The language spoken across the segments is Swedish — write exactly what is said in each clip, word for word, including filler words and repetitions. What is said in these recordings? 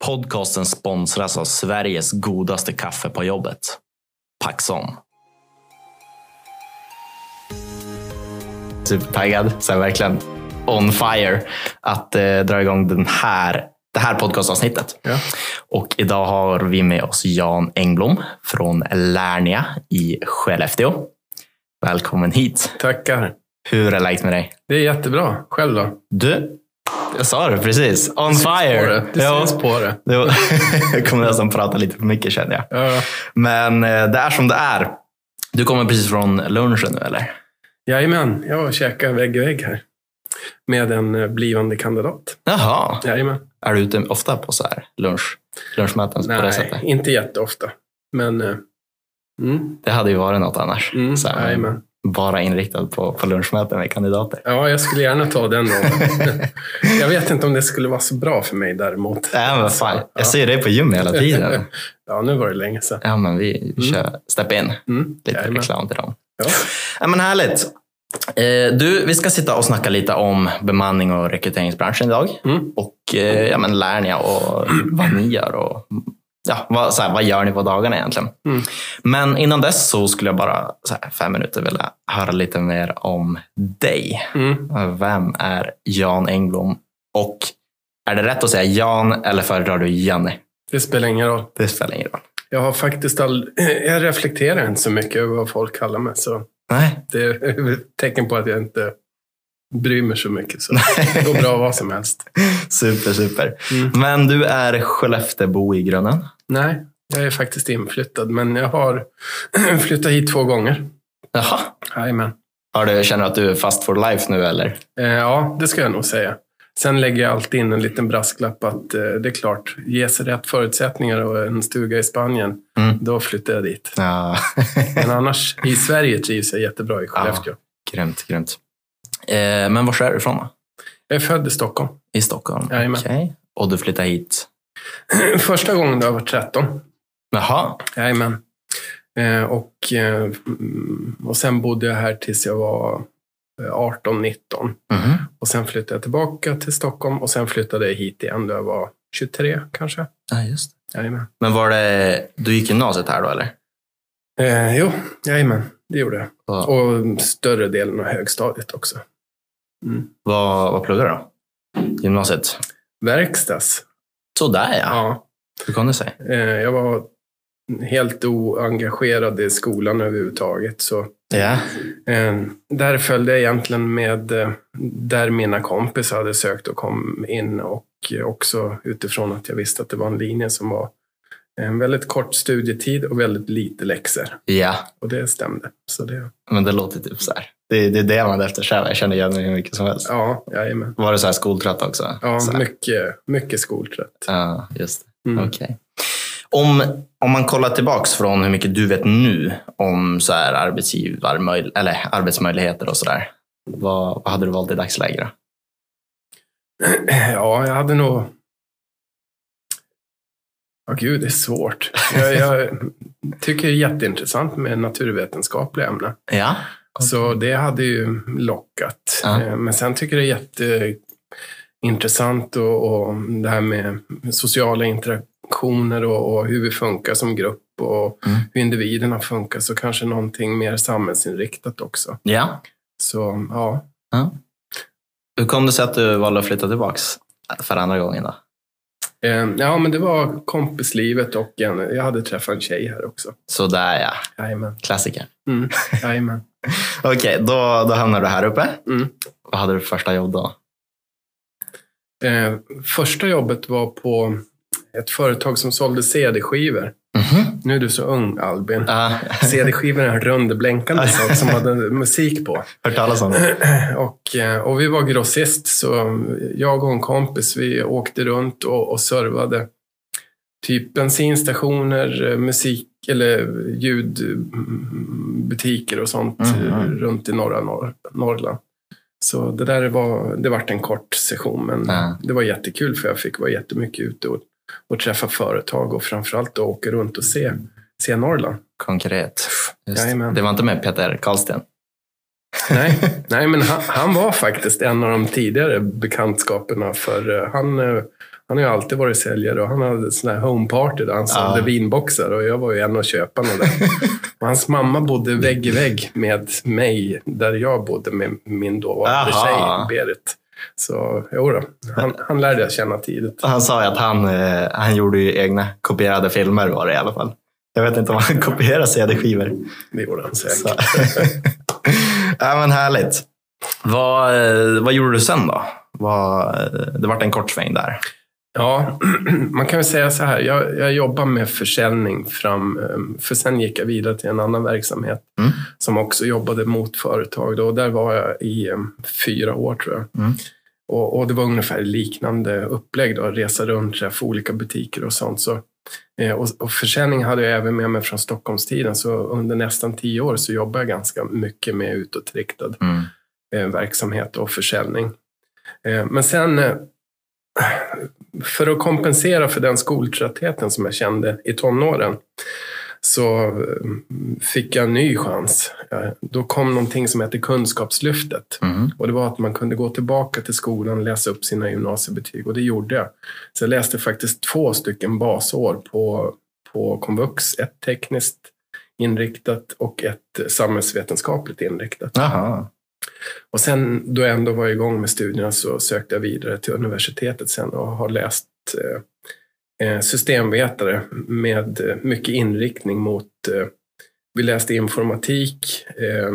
Podcasten sponsras av Sveriges godaste kaffe på jobbet. Paxson. Supertaggad, så är verkligen on fire att eh, dra igång den här, det här podcastavsnittet. Ja. Och idag har vi med oss Jan Engblom från Lernia i Skellefteå. Välkommen hit. Tackar. Hur är läget med dig? Det är jättebra. Själv då? Du, jag sa det precis. On det fire. Det, det ja. syns på det. Jag kommer nästan prata lite för mycket, känner jag. Ja. Men det är som det är. Du kommer precis från lunchen nu, eller? Jajamän, jag käkar vägg i vägg här. Med en blivande kandidat. Jaha. Jajamän. Är du ute ofta på så här lunch, lunchmöten på det sättet? Nej, inte jätteofta. Men mm. det hade ju varit något annars. Mm, så här, jajamän. Bara inriktad på, på lunchmöten med kandidater. Ja, jag skulle gärna ta den rollen. Jag vet inte om det skulle vara så bra för mig däremot. Ja, men fan. Jag ja. ser det på gym hela tiden. Ja, nu var det länge sedan. Ja, men vi, vi kör mm. step in. Mm. Lite jajamän. Reklam till dem. Ja. Ja, men härligt. Eh, du, vi ska sitta och snacka lite om bemanning och rekryteringsbranschen idag. Mm. Och eh, ja, men Lernia och vad ni gör och ja, vad, så här, vad gör ni på dagarna egentligen? Mm. Men innan dess så skulle jag bara så här, fem minuter vilja höra lite mer om dig. Mm. Vem är Jan Engblom? Och är det rätt att säga Jan eller föredrar du Janne? Det spelar ingen roll. Det spelar ingen roll. Jag har faktiskt all... jag reflekterar inte så mycket över vad folk kallar mig. Så Nej. Det är ett tecken på att jag inte bryr mig så mycket. Så det går bra vad som helst. Super, super. Mm. Men du är Skellefteåbo i grunden? Nej, jag är faktiskt inflyttad. Men jag har flyttat hit två gånger. Jaha. Jajamän. Har du, känner du att du är fast for life nu eller? Eh, ja, det ska jag nog säga. Sen lägger jag alltid in en liten brasklapp att eh, det är klart, ges rätt förutsättningar och en stuga i Spanien, mm. då flyttar jag dit. Ja. Men annars, i Sverige trivs jag jättebra i Skellefteå. Ja, grymt, grymt. Eh, men var är du ifrån då? Jag är född i Stockholm. I Stockholm, okej. Okay. Och du flyttade hit? Första gången då jag var tretton. Jaha. Jajamän. Eh, och, eh, och sen bodde jag här tills jag var arton nitton. Mm. Och sen flyttade jag tillbaka till Stockholm och sen flyttade jag hit igen då jag var tjugotre kanske. Ja, just det. Jajamän. Men var det, du gick gymnasiet här då eller? Eh, jo, jajamän, det gjorde jag. Ja. Och större delen av högstadiet också. Mm. Vad, vad pluggade du då? Gymnasiet? Verkstads. Sådär ja. Ja. Hur kan du säga? Eh, jag var helt oengagerad i skolan överhuvudtaget. Så ja. eh, där följde jag egentligen med eh, där mina kompisar hade sökt och kom in. Och också utifrån att jag visste att det var en linje som var en väldigt kort studietid och väldigt lite läxor. Ja. Och det stämde. Så det... Men det låter typ så här. Det, det är det man eftersträvar. Jag känner igen mig hur mycket som helst. Ja, jajamän. Var du så här skoltrött också? Ja, mycket, mycket skoltrött. Ja, just det. Mm. Okej. Okay. Om, om man kollar tillbaks från hur mycket du vet nu om så här arbetsgivar, eller arbetsmöjligheter och sådär. Vad, vad hade du valt i dagsläget då? Ja, jag hade nog... Ja, gud, det är svårt. Jag, jag tycker det är jätteintressant med naturvetenskapliga ämnen. Ja. Så det hade ju lockat. Ja. Men sen tycker jag det är jätteintressant och, och det här med sociala interaktioner och, och hur vi funkar som grupp och mm. hur individerna funkar. Så kanske någonting mer samhällsinriktat också. Ja. Så, ja. ja. Hur kom det sig att du valde att flytta tillbaks för andra gången då? Ja, men det var kompislivet och en, jag hade träffat en tjej här också. Så där ja. Jajamän. Klassiker. Mm, jajamän. Okej, okay, då, då hamnar du här uppe. Mm. Vad hade du för första jobb då? Eh, första jobbet var på ett företag som sålde C D-skivor. Mm-hmm. Nu är du så ung, Albin. Uh. C D-skivor är en rund blänkande sak som hade musik på. Hört talas om det. och, och vi var grossist, så jag och en kompis, vi åkte runt och, och servade typ bensinstationer, musik eller ljudbutiker och sånt mm-hmm. runt i norra Norr, Norrland. Så det där var, det var en kort session, men uh. det var jättekul för jag fick vara jättemycket ute och och träffa företag och framförallt att åka runt och se, se Norrland. Konkret. Det var inte med Peter Karlsten. Nej, nej men han, han var faktiskt en av de tidigare bekantskaperna, för han han har ju alltid varit säljare och han hade sån här home party där han sålde ja. vinboxar och jag var ju en av köparna där. Och hans mamma bodde vägg i vägg med mig där jag bodde med min dåvarande tjej, Berit. Så jo då, han, han lärde jag känna tidigt. Han sa ju att han, eh, han gjorde ju egna kopierade filmer var det i alla fall. Jag vet inte om han kopierar C D-skivor. Det gjorde han säkert. Ja, men härligt. Vad, vad gjorde du sen då? Vad, det var en kort sväng där. Ja, man kan väl säga så här. Jag, jag jobbar med försäljning fram, för sen gick jag vidare till en annan verksamhet mm. som också jobbade mot företag. Då. Och där var jag i um, fyra år tror jag. Mm. Och, och det var ungefär liknande upplägg då, resa runt, träffa olika butiker och sånt. Så, eh, och, och försäljning hade jag även med mig från Stockholmstiden. Så under nästan tio år så jobbade jag ganska mycket med utåtriktad mm. eh, verksamhet och försäljning. Eh, men sen... Eh, för att kompensera för den skoltröttheten som jag kände i tonåren så fick jag en ny chans. Då kom någonting som heter Kunskapslyftet. Mm. Och det var att man kunde gå tillbaka till skolan och läsa upp sina gymnasiebetyg. Och det gjorde jag. Så jag läste faktiskt två stycken basår på, på komvux. Ett tekniskt inriktat och ett samhällsvetenskapligt inriktat. Aha. Och sen då jag ändå var igång med studierna så sökte jag vidare till universitetet sen och har läst eh, systemvetare med mycket inriktning mot, eh, vi läste informatik, eh,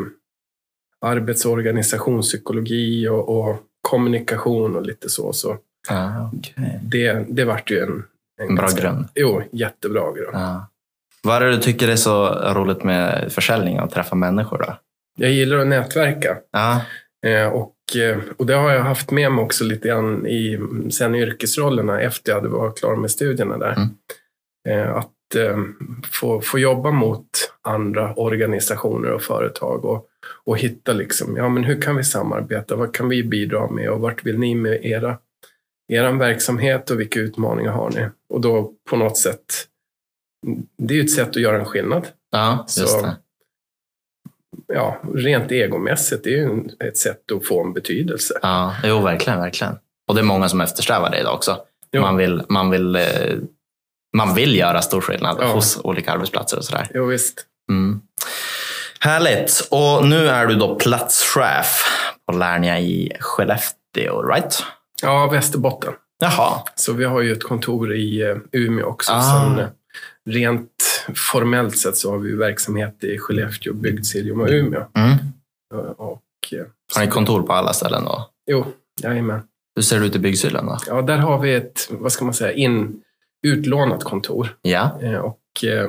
arbetsorganisationspsykologi och, och kommunikation och lite så. så ah, okay. det, det vart ju en, en, en bra grund. Jo, jättebra grund. Ah. Vad är det du tycker är så roligt med försäljning och träffa människor då? Jag gillar att nätverka. Ja. Eh, och, och det har jag haft med mig också lite grann i sen yrkesrollerna efter jag hade varit klar med studierna där. Mm. Eh, att eh, få, få jobba mot andra organisationer och företag och, och hitta liksom, ja men hur kan vi samarbeta? Vad kan vi bidra med? Och vart vill ni med era, eran verksamhet och vilka utmaningar har ni? Och då på något sätt, det är ju ett sätt att göra en skillnad. Ja, just Så, det. Ja, rent egomässigt det är ju ett sätt att få en betydelse. Ja, jo, verkligen, verkligen. Och det är många som eftersträvar det idag också. Man vill, man, vill, man vill göra stor skillnad ja. hos olika arbetsplatser och sådär. Jo, visst. Mm. Härligt. Och nu är du då platschef på Lernia i Skellefteå, right? Ja, Västerbotten. Jaha. Så vi har ju ett kontor i Umeå också. Ah. Sen, rent formellt sett så har vi verksamhet i Skellefteå, Bygdsiljum och Umeå. Mm. Och, har ni kontor på alla ställen då? Jo, jajamän. Hur ser det ut i Bygdsiljum då? Ja, där har vi ett, vad ska man säga, in, utlånat kontor. Ja. Och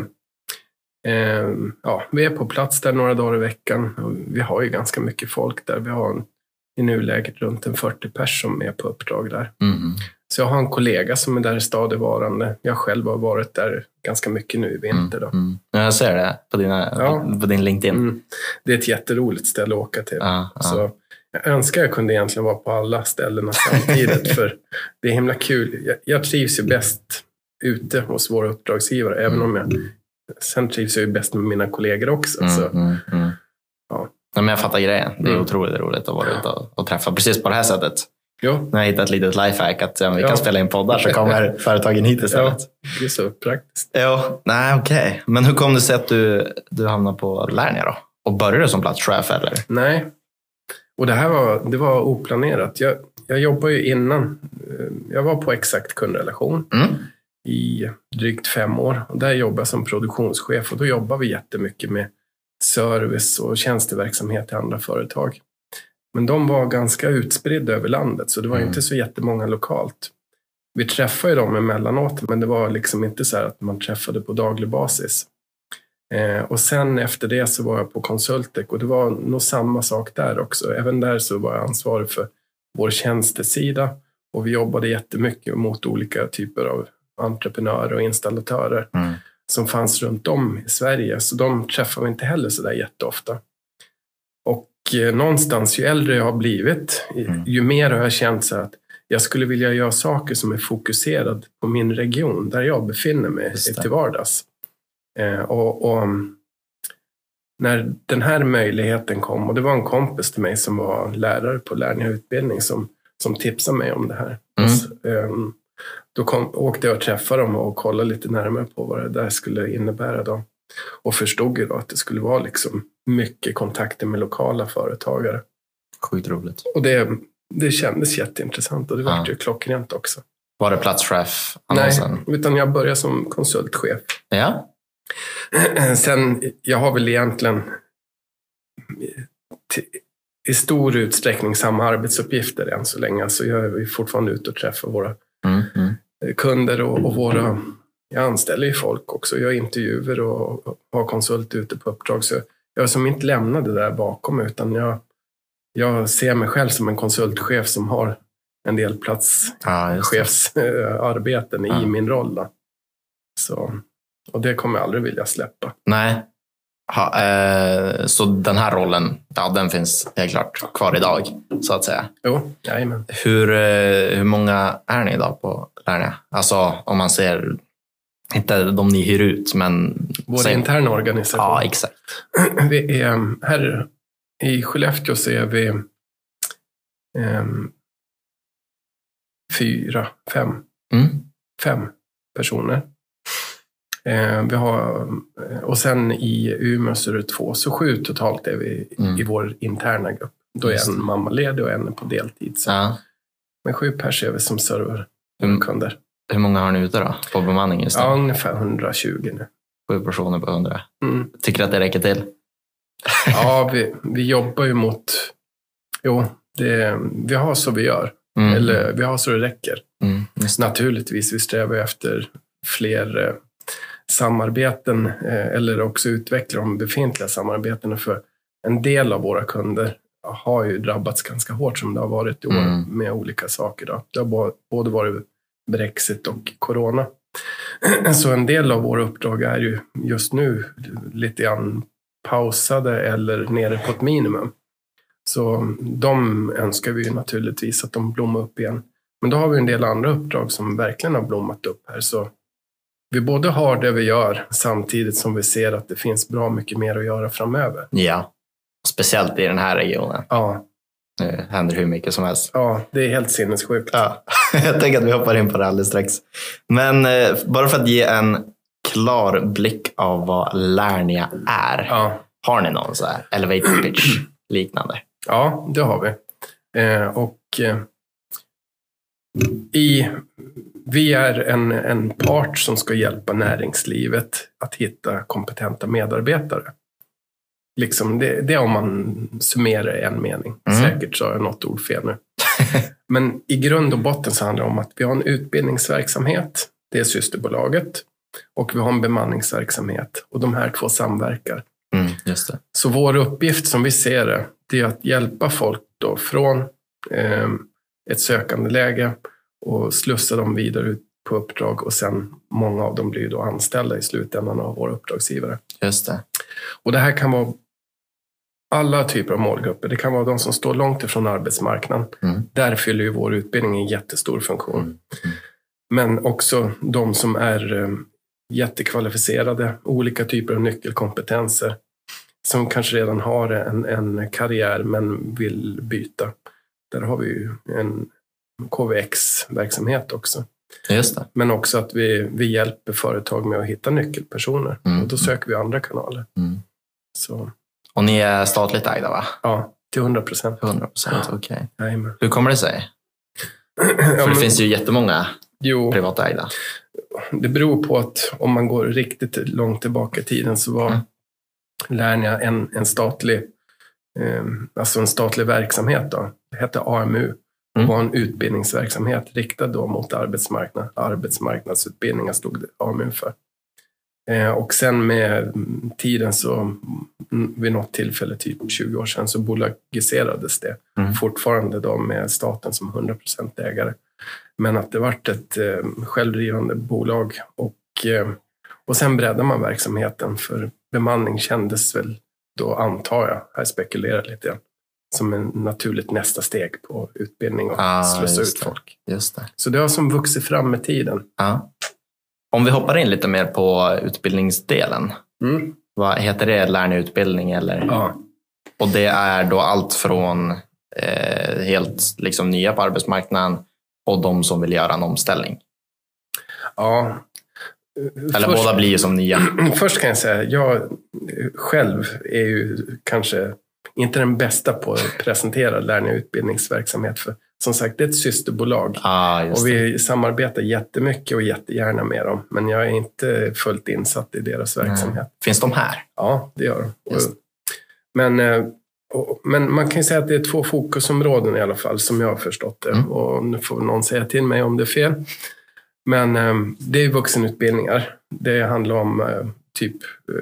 eh, ja, vi är på plats där några dagar i veckan. Och vi har ju ganska mycket folk där. Vi har en, i nuläget runt en fyrtio pers som är på uppdrag där. Mm. Så jag har en kollega som är där stadigvarande. Jag själv har varit där ganska mycket nu i vinter. Då. Mm. Mm. Jag ser det på, dina, ja. på din LinkedIn. Mm. Det är ett jätteroligt ställe att åka till. Ja, ja. Så jag önskar jag kunde egentligen vara på alla ställena samtidigt. För det är himla kul. Jag, jag trivs ju bäst ute hos våra uppdragsgivare. Mm. Även om jag sen trivs jag ju bäst med mina kollegor också. Mm, så. Mm, mm. Ja. Ja, men jag fattar grejen. Det är Mm. otroligt roligt att vara ute och, och träffa precis på det här sättet. Jo. När jag hittat ett litet lifehack att om vi Ja. kan spela in poddar så kommer företagen hit istället. Ja, det är så praktiskt. Jo, nej okej. Okay. Men hur kom det sig att du, du hamnade på Lernia då? Och började som platschef eller? Nej, och det här var, det var oplanerat. Jag, jag jobbade ju innan. Jag var på Exakt kundrelation Mm. i drygt fem år. Och där jobbade jag som produktionschef och då jobbar vi jättemycket med service och tjänsteverksamhet i andra företag. Men de var ganska utspridda över landet så det var mm. inte så jättemånga lokalt. Vi träffade dem emellanåt men det var liksom inte så här att man träffade på daglig basis. Eh, och sen efter det så var jag på Consultec och det var nog samma sak där också. Även där så var jag ansvarig för vår tjänstesida och vi jobbade jättemycket mot olika typer av entreprenörer och installatörer Mm. som fanns runt om i Sverige. Så de träffade vi inte heller så där jätteofta. Och eh, någonstans ju äldre jag har blivit, Mm. ju mer har jag känt så att jag skulle vilja göra saker som är fokuserade på min region där jag befinner mig till vardags. Eh, och, och när den här möjligheten kom, och det var en kompis till mig som var lärare på Lernia utbildning som, som tipsade mig om det här. Mm. Och, um, då kom, åkte jag och träffade dem och kollade lite närmare på vad det där skulle innebära då. Och förstod ju då att det skulle vara liksom mycket kontakter med lokala företagare. Sjukt roligt. Och det, det kändes jätteintressant och det var ja. ju klockrent också. Var det platschef annonsen? Nej, utan jag började som konsultchef. Ja. Sen, jag har väl egentligen t- i stor utsträckning samma arbetsuppgifter än så länge. Så jag är fortfarande ute och träffar våra mm, mm. kunder och, och våra... Jag anställer ju folk också. Jag gör intervjuer och, och har konsult ute på uppdrag. Så jag som inte lämnar det där bakom utan jag, jag ser mig själv som en konsultchef som har en del platschefsarbeten ja, i min roll. Då. Så, och det kommer jag aldrig vilja släppa. Nej. Ha, eh, så den här rollen, ja, den finns helt klart kvar idag, så att säga. Jo, jajamän. Hur, eh, hur många är ni idag på Lernia? Alltså om man ser, inte de ni hyr ut, men... Vår säg, interna organisation. Ja, exakt. Vi är, här i Skellefteå så är vi um, fyra, fem, mm. fem personer. Eh, vi har, och sen i Umeå så är det två, så sju totalt är vi mm. i vår interna grupp. Då är en mamma ledig och en på deltid. Så. Ja. Men sju pers är vi som server hur, kunder. Hur många har ni ute då på bemanning just nu? Ja, ungefär etthundratjugo nu. Sju personer på hundra. Mm. Tycker du att det räcker till? Ja, vi, vi jobbar ju mot... Jo, det, vi har så vi gör. Mm. Eller vi har så det räcker. Mm. Naturligtvis, vi strävar efter fler... Eh, samarbeten eh, eller också utveckla de befintliga samarbetena, för en del av våra kunder har ju drabbats ganska hårt som det har varit i år mm. med olika saker. Då. Det har både varit Brexit och corona. Så en del av våra uppdrag är ju just nu lite grann pausade eller nere på ett minimum. Så de önskar vi ju naturligtvis att de blommar upp igen. Men då har vi en del andra uppdrag som verkligen har blommat upp här, så vi både har det vi gör samtidigt som vi ser att det finns bra mycket mer att göra framöver. Ja, speciellt i den här regionen. Ja. Det händer hur mycket som helst. Ja, det är helt sinnessjukt. Ja. Jag tänker att vi hoppar in på det alldeles strax. Men eh, bara för att ge en klar blick av vad Lernia är. Ja. Har ni någon så här elevator pitch liknande? Ja, det har vi. Eh, och eh, i... Vi är en, en part som ska hjälpa näringslivet att hitta kompetenta medarbetare. Liksom det, det är om man summerar en mening. Mm. Säkert så har jag något ord fel nu. Men i grund och botten så handlar det om att vi har en utbildningsverksamhet. Det är systerbolaget. Och vi har en bemanningsverksamhet. Och de här två samverkar. Mm, just det. Så vår uppgift som vi ser det, det är att hjälpa folk då från eh, ett sökande läge och slussa dem vidare ut på uppdrag, och sen många av dem blir då anställda i slutändan av våra uppdragsgivare. Just det. Och det här kan vara alla typer av målgrupper. Det kan vara de som står långt ifrån arbetsmarknaden. Mm. Där fyller ju vår utbildning en jättestor funktion. Mm. Mm. Men också de som är um, jättekvalificerade, olika typer av nyckelkompetenser, som kanske redan har en, en karriär men vill byta. Där har vi ju en K V X-verksamhet också. Just det. Men också att vi, vi hjälper företag med att hitta nyckelpersoner. Mm. Och då söker vi andra kanaler. Mm. Så. Och ni är statligt ägda, va? Ja, till hundra procent. hundra procent, okej. Okay. Hur kommer det sig? För ja, men, det finns ju jättemånga jo, privata ägda. Det beror på att om man går riktigt långt tillbaka i tiden så var mm. Lernia en, en statlig eh, alltså en statlig verksamhet då. Det hette A M U. Det var en utbildningsverksamhet riktad då mot arbetsmarknad. Arbetsmarknadsutbildningar stod A M U för. Eh, och sen med tiden så vid något tillfälle, typ tjugo år sedan, så bolagiserades det. Mm. Fortfarande då med staten som hundra procent ägare. Men att det vart ett eh, självdrivande bolag. Och, eh, och sen breddade man verksamheten, för bemanning kändes väl då, antar jag, här spekulerar lite grann, som en naturligt nästa steg på utbildning och ah, slussa ut folk. Just det. Så det har som vuxit fram med tiden. Ah. Om vi hoppar in lite mer på utbildningsdelen. Mm. Vad heter det? Lernia-utbildning eller? Ja. Och det är då allt från eh, helt liksom nya på arbetsmarknaden och de som vill göra en omställning. Ja. Eller först, båda blir ju som nya. Först kan jag säga, jag själv är ju kanske inte den bästa på att presentera lärning och utbildningsverksamhet. För som sagt, det är ett systerbolag. Ah, och vi samarbetar jättemycket och jättegärna med dem. Men jag är inte fullt insatt i deras verksamhet. Nej. Finns de här? Ja, det gör de. Men, och, men man kan ju säga att det är två fokusområden i alla fall, som jag har förstått det. Mm. Och nu får någon säga till mig om det är fel. Men det är vuxenutbildningar. Det handlar om typ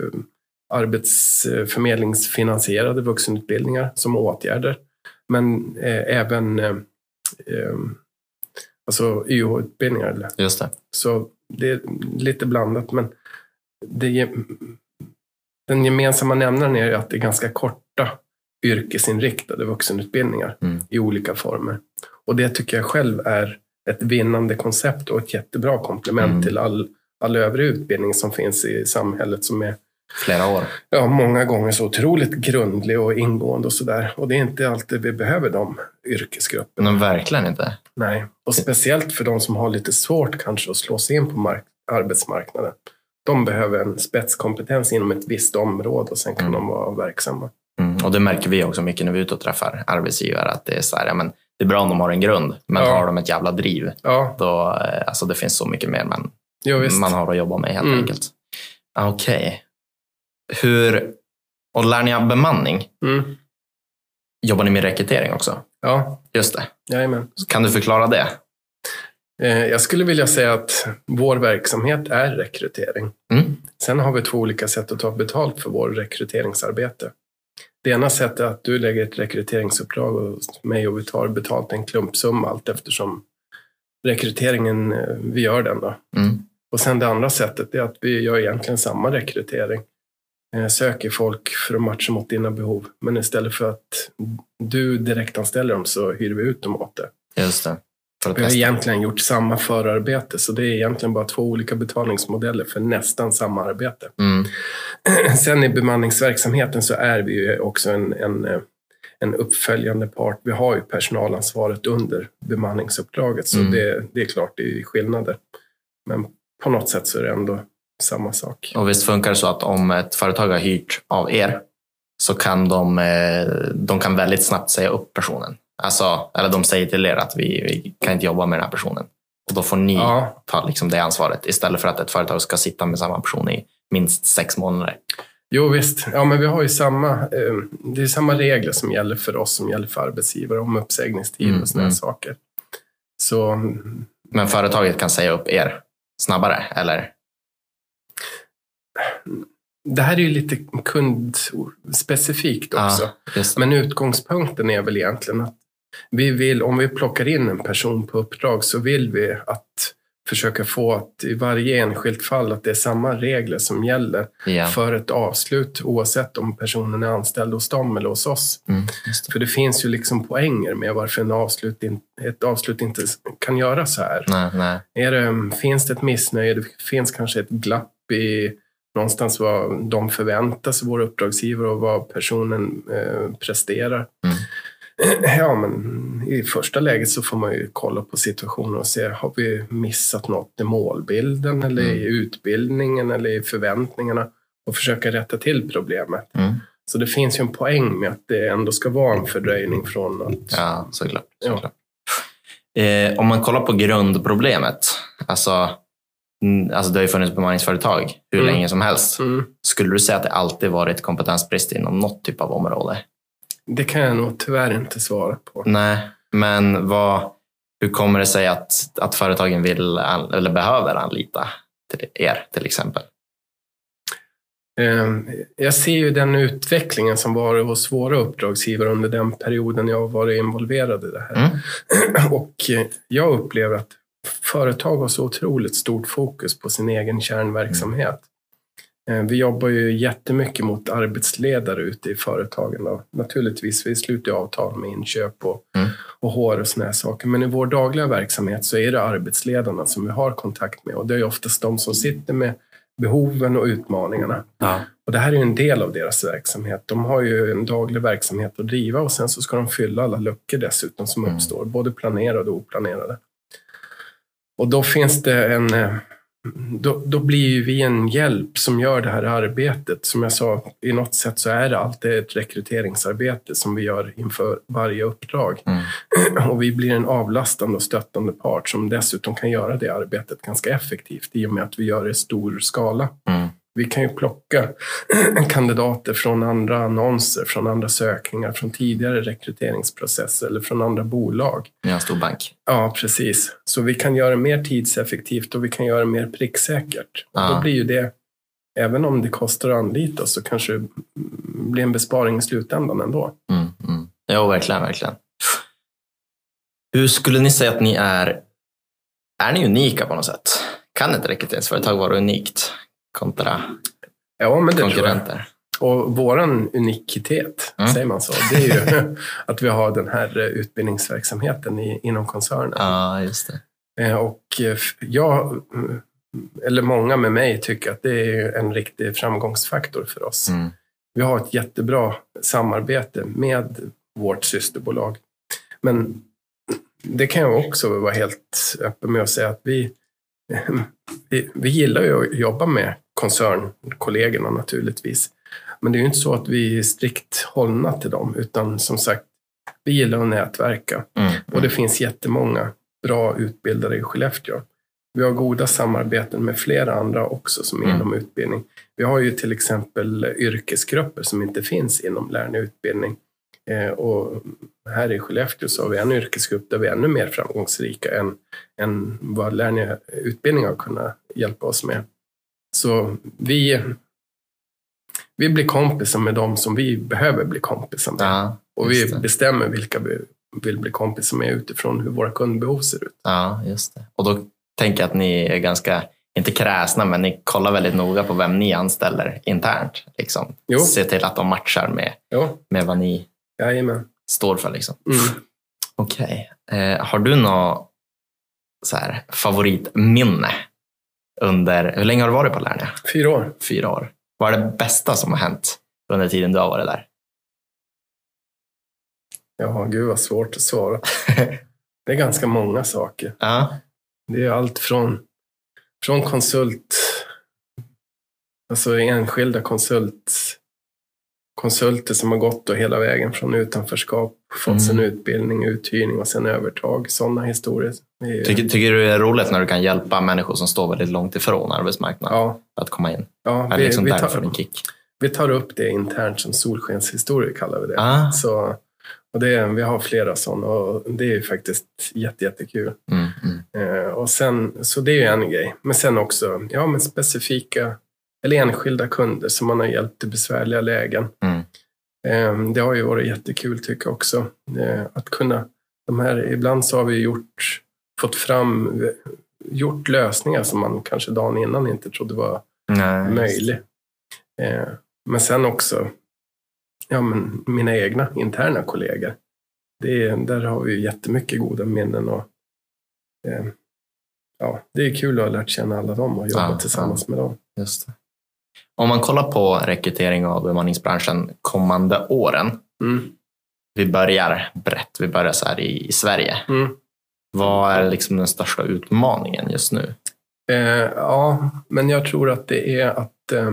arbetsförmedlingsfinansierade vuxenutbildningar som åtgärder. Men eh, även eh, alltså Y H-utbildningar. Just det. Så det är lite blandat. Men det, den gemensamma nämnaren är att det är ganska korta yrkesinriktade vuxenutbildningar mm. i olika former. Och det tycker jag själv är ett vinnande koncept och ett jättebra komplement mm. till all, all övrig utbildning som finns i samhället som är flera år. Ja, många gånger så otroligt grundlig och ingående och sådär. Och det är inte alltid vi behöver de yrkesgrupperna. Men verkligen inte. Nej, och speciellt för de som har lite svårt kanske att slå sig in på mark- arbetsmarknaden. De behöver en spetskompetens inom ett visst område och sen kan mm. de vara verksamma. Mm. Och det märker vi också mycket när vi är ute och träffar arbetsgivare. Att det är så här, ja, men det är bra om de har en grund, men ja. har de ett jävla driv. Ja. Då, alltså det finns så mycket mer man, jo, man har att jobba med helt mm. enkelt. Okej. Okay. Hur, och lär ni av bemanning? Mm. Jobbar ni med rekrytering också? Ja. Just det. Jajamän. Kan du förklara det? Eh, jag skulle vilja säga att vår verksamhet är rekrytering. Mm. Sen har vi två olika sätt att ta betalt för vår rekryteringsarbete. Det ena sättet är att du lägger ett rekryteringsuppdrag hos mig och vi tar betalt en klumpsumma allt eftersom rekryteringen, vi gör den då. Mm. Och sen det andra sättet är att vi gör egentligen samma rekrytering. Söker folk för att matcha mot dina behov. Men istället för att du direkt anställer dem så hyr vi ut dem åt det. Just det. För att vi har egentligen gjort samma förarbete. Så det är egentligen bara två olika betalningsmodeller för nästan samma arbete. Mm. Sen i bemanningsverksamheten så är vi ju också en, en, en uppföljande part. Vi har ju personalansvaret under bemanningsuppdraget. Så mm. det, det är klart det är skillnader. Men på något sätt så är det ändå samma sak. Och visst funkar det så att om ett företag har hyrt av er så kan de, de kan väldigt snabbt säga upp personen. Alltså, eller de säger till er att vi, vi kan inte jobba med den här personen. Och då får ni ja. ta liksom det ansvaret istället för att ett företag ska sitta med samma person i minst sex månader. Jo visst, ja, men vi har ju samma, eh, det är samma regler som gäller för oss som gäller för arbetsgivare om uppsägningstid mm, och sådana mm. saker. Så, men företaget kan säga upp er snabbare, eller? Det här är ju lite kundspecifikt också. Ja, men utgångspunkten är väl egentligen att vi vill, om vi plockar in en person på uppdrag så vill vi att försöka få att i varje enskilt fall att det är samma regler som gäller ja. för ett avslut oavsett om personen är anställd hos dem eller hos oss. Mm, det. För det finns ju liksom poänger med varför en avslut in, ett avslut inte kan göra så här. Nej, nej. Är det, finns det ett missnöje, det finns kanske ett glapp i någonstans vad de förväntar sig, våra uppdragsgivare och vad personen eh, presterar. Mm. Ja, men i första läget så får man ju kolla på situationen och se, har vi missat något i målbilden eller mm. i utbildningen eller i förväntningarna och försöka rätta till problemet. Mm. Så det finns ju en poäng med att det ändå ska vara en fördröjning från att... Ja, såklart. såklart. Ja. Eh, om man kollar på grundproblemet, alltså, alltså det har ju funnits bemanningsföretag hur mm. länge som helst. Mm. Skulle du säga att det alltid varit kompetensbrist inom något typ av område? Det kan jag nog tyvärr inte svara på. Nej, men vad, hur kommer det sig att, att företagen vill eller behöver anlita till er till exempel? Jag ser ju den utvecklingen som var hos våra uppdragsgivare under den perioden jag har varit involverad i det här. Mm. Och jag upplever att företag har så otroligt stort fokus på sin egen kärnverksamhet. Mm. Vi jobbar ju jättemycket mot arbetsledare ute i företagen. Då. Naturligtvis, vi slutar avtal med inköp och, mm. och H R och såna här saker. Men i vår dagliga verksamhet så är det arbetsledarna som vi har kontakt med. Och det är oftast de som sitter med behoven och utmaningarna. Ja. Och det här är ju en del av deras verksamhet. De har ju en daglig verksamhet att driva och sen så ska de fylla alla luckor dessutom som mm. uppstår. Både planerade och oplanerade. Och då finns det en... då, då blir ju vi en hjälp som gör det här arbetet. Som jag sa, i något sätt så är det alltid ett rekryteringsarbete som vi gör inför varje uppdrag. Mm. Och vi blir en avlastande och stöttande part som dessutom kan göra det arbetet ganska effektivt i och med att vi gör det i stor skala. Mm. Vi kan ju plocka kandidater från andra annonser, från andra sökningar, från tidigare rekryteringsprocesser eller från andra bolag. Ja, en stor bank. Ja, precis. Så vi kan göra det mer tidseffektivt och vi kan göra det mer pricksäkert. Och ja. Då blir ju det, även om det kostar att anlita, så kanske det blir en besparing i slutändan ändå. Mm, mm. Ja, verkligen, verkligen. Hur skulle ni säga att ni är, är ni unika på något sätt? Kan ett rekryteringsföretag vara unikt kontra ja, men det konkurrenter? Och våran unikitet, mm. säger man så, det är ju att vi har den här utbildningsverksamheten i, inom koncernen. Ja, just det. Och jag, eller många med mig, tycker att det är en riktig framgångsfaktor för oss. Mm. Vi har ett jättebra samarbete med vårt systerbolag. Men det kan jag också vara helt öppen med att säga att vi, vi, vi gillar ju att jobba med koncernkollegorna naturligtvis. Men det är ju inte så att vi är strikt hållna till dem, utan som sagt, vi gillar att nätverka. Mm. Och det finns jättemånga bra utbildare i Skellefteå. Vi har goda samarbeten med flera andra också som är mm. inom utbildning. Vi har ju till exempel yrkesgrupper som inte finns inom lärarutbildning. Eh, och här i Skellefteå så har vi en yrkesgrupp där vi är ännu mer framgångsrika än, än vad lärarutbildning har kunnat hjälpa oss med. Så vi, vi blir kompisar med dem som vi behöver bli kompisar med. Ja, och vi bestämmer vilka vi vill bli kompisar med utifrån hur våra kundbehov ser ut. Ja, just det. Och då tänker jag att ni är ganska, inte kräsna, men ni kollar väldigt noga på vem ni anställer internt. Liksom. Se till att de matchar med, med vad ni Jajamän. står för. Liksom. Mm. Okej. Okay. Eh, har du något så här, favoritminne under, hur länge har du varit på Lernia? Fyra år. Fyra år. Vad är det bästa som har hänt under tiden du har varit där? Ja, gud vad svårt att svara. Det är ganska många saker. Ja. Det är allt från, från konsult, alltså enskilda konsult, konsulter som har gått då hela vägen från utanförskap, fått mm. sin utbildning, uthyrning och sen övertag. Sådana historier. Är, tycker, tycker du det är roligt när du kan hjälpa människor som står väldigt långt ifrån arbetsmarknaden ja. att komma in? Ja, vi, liksom vi, tar, för en kick? vi tar upp det internt som solskenshistorier kallar vi det. Ah. Så, och det är, vi har flera sådana och det är faktiskt jätte, jättekul. Mm, mm. Eh, och sen, så det är ju en grej. Men sen också ja, men specifika eller enskilda kunder som man har hjälpt i besvärliga lägen. Mm. Eh, det har ju varit jättekul tycker jag också. Eh, att kunna, de här, ibland så har vi gjort, fått fram, gjort lösningar som man kanske dagen innan inte trodde var Nej, möjlig. Eh, men sen också ja, men mina egna interna kollegor. Det är, där har vi jättemycket goda minnen och eh, ja, det är kul att ha lärt känna alla dem och jobba ja, tillsammans ja. med dem. Just det. Om man kollar på rekrytering av bemanningsbranschen kommande åren. Mm. Vi börjar brett, vi börjar så här i, i Sverige. Mm. Vad är liksom den största utmaningen just nu? Eh, ja, men jag tror att det är att eh,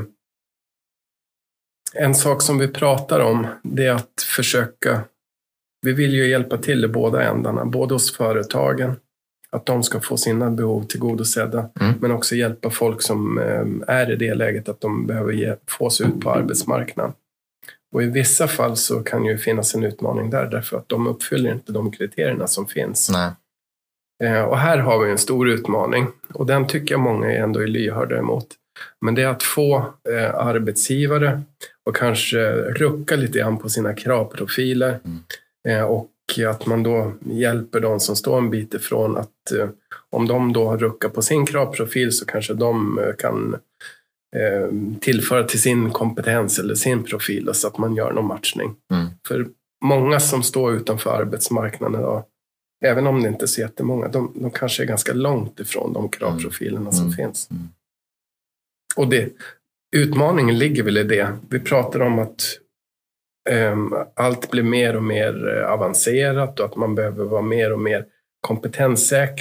en sak som vi pratar om, det är att försöka, vi vill ju hjälpa till i båda ändarna, både hos företagen, att de ska få sina behov tillgodosedda, mm. men också hjälpa folk som är i det läget att de behöver ge, få sig ut på arbetsmarknaden. Och i vissa fall så kan ju finnas en utmaning där, därför att de uppfyller inte de kriterierna som finns. Nej. Och här har vi en stor utmaning, och den tycker jag många är ändå är lyhörda emot. Men det är att få eh, arbetsgivare och kanske rucka lite grann på sina kravprofiler. Mm. Eh, och att man då hjälper de som står en bit ifrån att eh, om de då har ruckat på sin kravprofil så kanske de eh, kan eh, tillföra till sin kompetens eller sin profil så att man gör någon matchning. Mm. För många som står utanför arbetsmarknaden idag, även om det inte är så jättemånga, de, de kanske är ganska långt ifrån de kravprofilerna mm. som mm. finns. Mm. Och det, utmaningen ligger väl i det. Vi pratar om att um, allt blir mer och mer avancerat och att man behöver vara mer och mer kompetenssäkrad.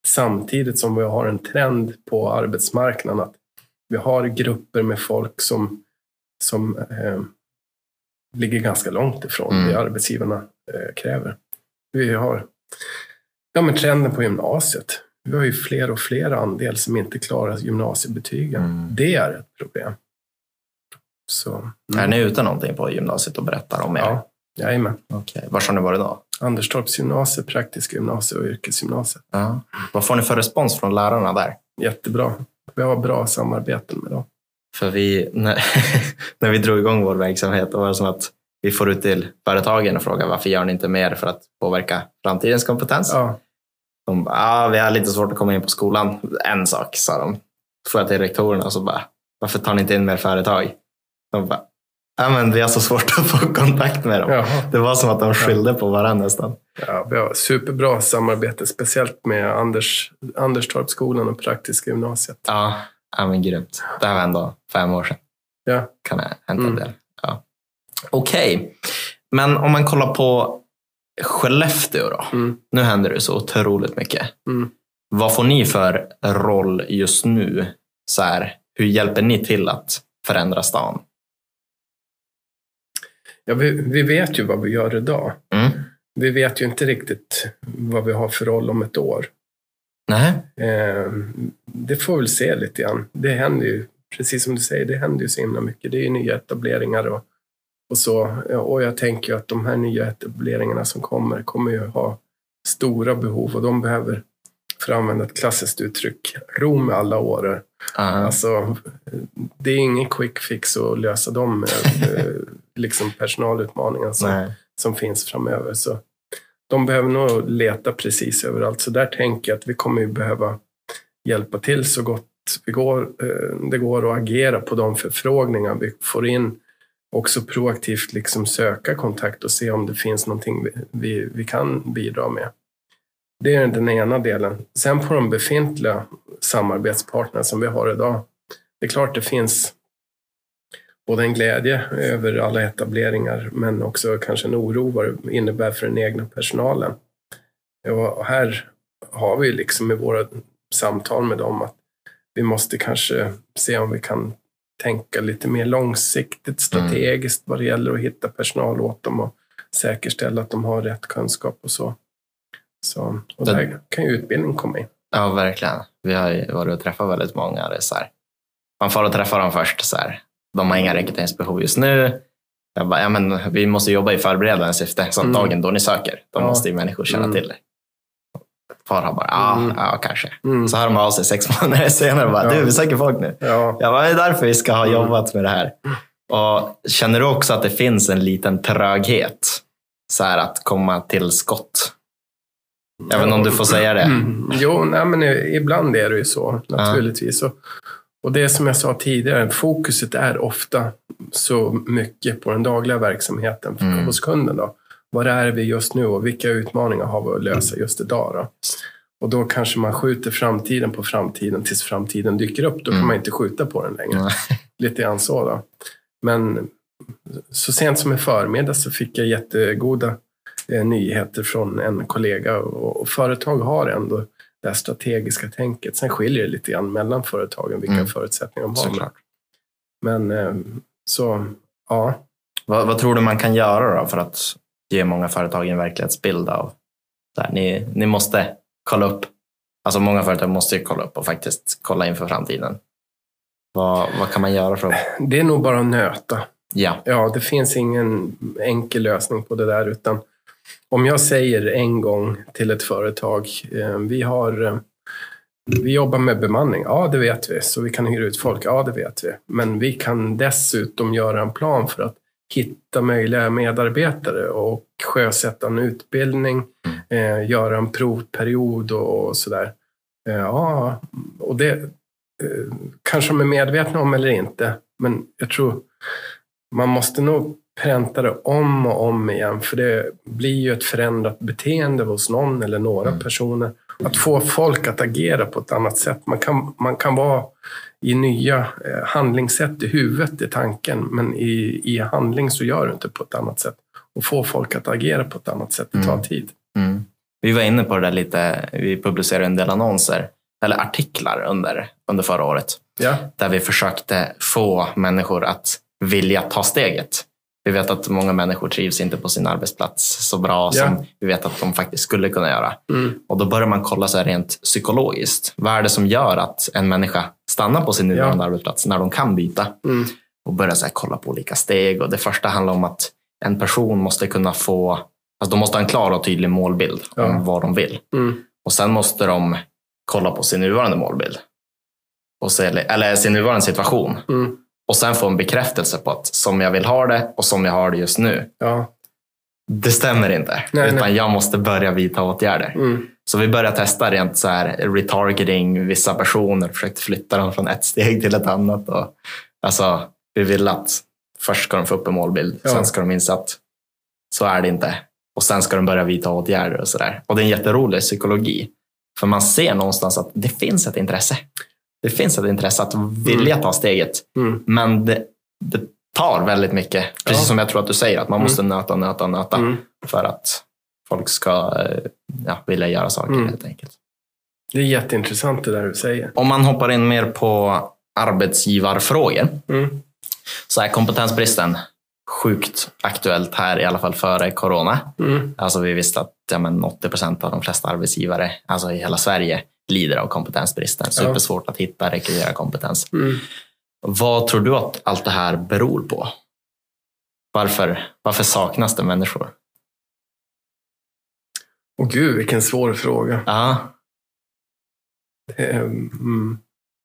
Samtidigt som vi har en trend på arbetsmarknaden att vi har grupper med folk som, som eh, ligger ganska långt ifrån mm. det arbetsgivarna eh, kräver. Vi har ja, men trenden på gymnasiet. Vi har ju fler och fler andel som inte klarar gymnasiebetygen. Mm. Det är ett problem. Så, mm. Är ni ute någonting på gymnasiet och berättar om er? Ja, jajamän. Okej. Var har ni varit då? Anderstorps gymnasie, praktiska gymnasie och yrkesgymnasiet. Ja. Vad får ni för respons från lärarna där? Jättebra. Vi har bra samarbeten med dem. För vi, när, när vi drog igång vår verksamhet, då var det som att vi får ut till företagen och frågar varför gör ni inte mer för att påverka framtidens kompetens? Ja. De bara, ah, vi har lite svårt att komma in på skolan. En sak, sa de. Får jag till rektorerna och så bara, varför tar ni inte in mer företag? De bara, ja men vi har så svårt att få kontakt med dem. Jaha. Det var som att de skyllde på varandra nästan. Ja, vi har superbra samarbete, speciellt med Anders, Anderstorpsskolan och praktiska gymnasiet. Ja, ja men grymt. Det här var ändå fem år sedan. Ja. Kan det hända en del. Ja. Okej, okay. Men om man kollar på Skellefteå då. Mm. Nu händer det så otroligt mycket. Mm. Vad får ni för roll just nu? Så här, hur hjälper ni till att förändra stan? Ja, vi, vi vet ju vad vi gör idag. Mm. Vi vet ju inte riktigt vad vi har för roll om ett år. Nej. Eh, det får vi väl se lite grann. Det händer ju, precis som du säger, det händer ju så himla mycket. Det är ju nya etableringar och, och så. Och jag tänker ju att de här nya etableringarna som kommer, kommer ju ha stora behov och de behöver, för att använda ett klassiskt uttryck, ro med alla årer. Uh-huh. Alltså, det är ingen quick fix att lösa de liksom personalutmaningar som, som finns framöver. Så de behöver nog leta precis överallt. Så där tänker jag att vi kommer ju behöva hjälpa till så gott vi går, det går att agera på de förfrågningar vi får in. Också proaktivt liksom söka kontakt och se om det finns någonting vi, vi, vi kan bidra med. Det är den ena delen. Sen på de befintliga samarbetspartnerna som vi har idag. Det är klart det finns både en glädje över alla etableringar men också kanske en oro vad det innebär för den egna personalen. Och här har vi liksom i våra samtal med dem att vi måste kanske se om vi kan tänka lite mer långsiktigt, strategiskt vad det gäller att hitta personal åt dem och säkerställa att de har rätt kunskap och så. Så, och det, där kan ju utbildning komma in. Ja, verkligen. Vi har ju varit och träffat väldigt många. Det är så här, man får att träffa dem först. Så här, de har inga rekryteringsbehov just nu. Jag bara, ja, men vi måste jobba i förberedande syfte. Så mm. dagen då ni söker, då ja. måste ju människor känna mm. till det. Far har bara, ja, mm. ja kanske. Mm. Så hör de av sig sex månader senare och bara, ja. du, vi söker folk nu. Ja. Ja, vad är det därför vi ska ha jobbat med det här? Och känner du också att det finns en liten tröghet? Så här att komma till skott? Även om du får säga det. Mm. Jo, nej, men ibland är det ju så, naturligtvis. Ja. Och, och det som jag sa tidigare, fokuset är ofta så mycket på den dagliga verksamheten mm. hos kunden. Då. Vad är vi just nu och vilka utmaningar har vi att lösa just idag? Då? Och då kanske man skjuter framtiden på framtiden tills framtiden dyker upp. Då kan mm. man inte skjuta på den längre. Mm. Lite grann så då. Men så sent som i förmiddag så fick jag jättegoda nyheter från en kollega och företag har ändå det här strategiska tänket. Sen skiljer det lite grann mellan företagen vilka mm. förutsättningar de har. Såklart. Men så, ja. Vad, vad tror du man kan göra då för att ge många företag en verklighetsbild av där ni, ni måste kolla upp, alltså många företag måste ju kolla upp och faktiskt kolla inför framtiden. Vad, vad kan man göra för att... Det är nog bara att nöta. Ja. Ja, det finns ingen enkel lösning på det där utan om jag säger en gång till ett företag, eh, vi har eh, vi jobbar med bemanning, ja det vet vi, så vi kan hyra ut folk, ja det vet vi. Men vi kan dessutom göra en plan för att hitta möjliga medarbetare och sjösätta en utbildning, eh, göra en provperiod och, och sådär. Eh, ja, och det eh, kanske de är medvetna om eller inte, men jag tror man måste nog pränta det om och om igen, för det blir ju ett förändrat beteende hos någon eller några mm. personer. Att få folk att agera på ett annat sätt. Man kan, man kan vara i nya eh, handlingssätt i huvudet, i tanken, men i, i handling så gör du inte på ett annat sätt. Och få folk att agera på ett annat sätt, det tar mm. tid. Mm. Vi var inne på det där lite, vi publicerade en del annonser eller artiklar under, under förra året. Ja. Där vi försökte få människor att vilja ta steget. Vi vet att många människor trivs inte på sin arbetsplats så bra Ja. som vi vet att de faktiskt skulle kunna göra. Mm. Och då börjar man kolla så här rent psykologiskt. Vad är det som gör att en människa stannar på sin nuvarande Ja. arbetsplats när de kan byta? Mm. Och börja så här kolla på olika steg. Och det första handlar om att en person måste kunna få, alltså de måste ha en klar och tydlig målbild Ja. om vad de vill. Mm. Och sen måste de kolla på sin nuvarande målbild. Och se, eller sin nuvarande situation. Mm. Och sen få en bekräftelse på att som jag vill ha det och som jag har det just nu. Ja. Det stämmer inte. Nej, utan nej. jag måste börja vidta åtgärder. Mm. Så vi började testa rent så här retargeting vissa personer. Försökte flytta dem från ett steg till ett annat. Och, alltså, vi vill att först ska de få upp en målbild. Ja. Sen ska de inse att så är det inte. Och sen ska de börja vidta åtgärder och sådär. Och det är en jätterolig psykologi. För man ser någonstans att det finns ett intresse. Det finns ett intresse att vilja ta steget. Mm. Men det, det tar väldigt mycket. Precis Ja. som jag tror att du säger. Att man Mm. måste nöta, nöta, nöta. Mm. För att folk ska eh, ja, vilja göra saker Mm. helt enkelt. Det är jätteintressant det där du säger. Om man hoppar in mer på arbetsgivarfrågor. Mm. Så är kompetensbristen sjukt aktuellt här, i alla fall före corona. Mm. Alltså vi visste att ja, men åttio procent av de flesta arbetsgivare, alltså i hela Sverige, lider av kompetensbristen. Supersvårt att hitta, rekrytera kompetens. Mm. Vad tror du att allt det här beror på? Varför, varför saknas det människor? Åh gud, vilken svår fråga. Ja, Mm.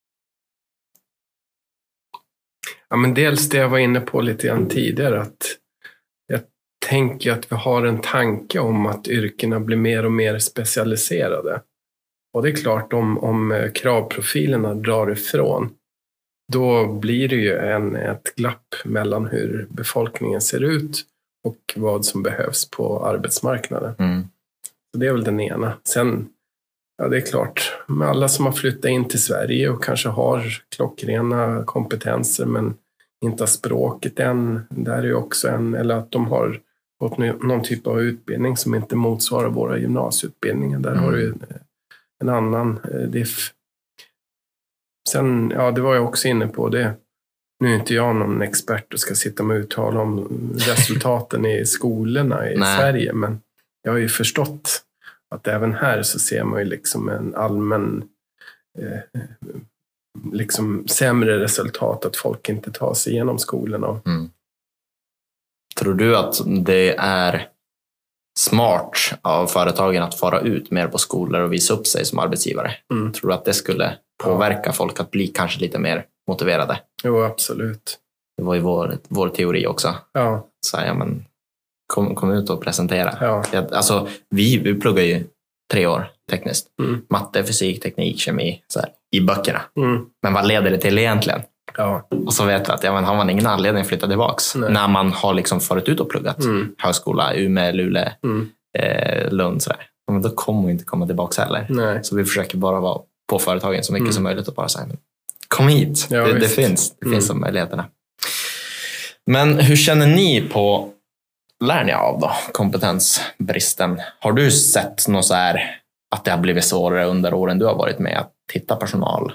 Ja, men dels det jag var inne på lite grann tidigare, att jag tänker att vi har en tanke om att yrkena blir mer och mer specialiserade. Och det är klart, om, om kravprofilerna drar ifrån, då blir det ju en, ett glapp mellan hur befolkningen ser ut och vad som behövs på arbetsmarknaden. mm. Så det är väl den ena. Sen, ja det är klart, med alla som har flyttat in till Sverige och kanske har klockrena kompetenser men inte har språket än, där är ju också en, eller att de har fått någon typ av utbildning som inte motsvarar våra gymnasieutbildningar. Där Mm. har du en annan diff. Sen, ja det var jag också inne på det. Nu är inte jag någon expert och ska sitta med uttal om resultaten i skolorna i Nej. Sverige, men jag har ju förstått att även här så ser man ju liksom en allmän eh, liksom sämre resultat, att folk inte tar sig igenom skolorna. Mm. Tror du att det är smart av företagen att fara ut mer på skolor och visa upp sig som arbetsgivare? Mm. Tror du att det skulle påverka folk att bli kanske lite mer motiverade? Jo, absolut. Det var ju vår, vår teori också. Ja, Så här, ja, men, kom, kom ut och presentera. ja. Jag, alltså, vi, vi pluggar ju tre år tekniskt. Mm. Matte, fysik, teknik, kemi så här, i böckerna. Mm. Men vad leder det till egentligen? Ja. Och så vet vi att ja, men har man ingen anledning att flytta tillbaks Nej. när man har liksom farit ut och pluggat. Mm. Högskola, Umeå, Luleå, Mm. eh, Lund. Så där. Men då kommer man inte komma tillbaks heller. Nej. Så vi försöker bara vara på företagen så mycket Mm. som möjligt och bara säga kom hit, Ja, det, det visst. finns, det Mm. finns de möjligheterna. Men hur känner ni på, lär ni av då, kompetensbristen? Har du sett något så här att det har blivit svårare under åren du har varit med att hitta personal?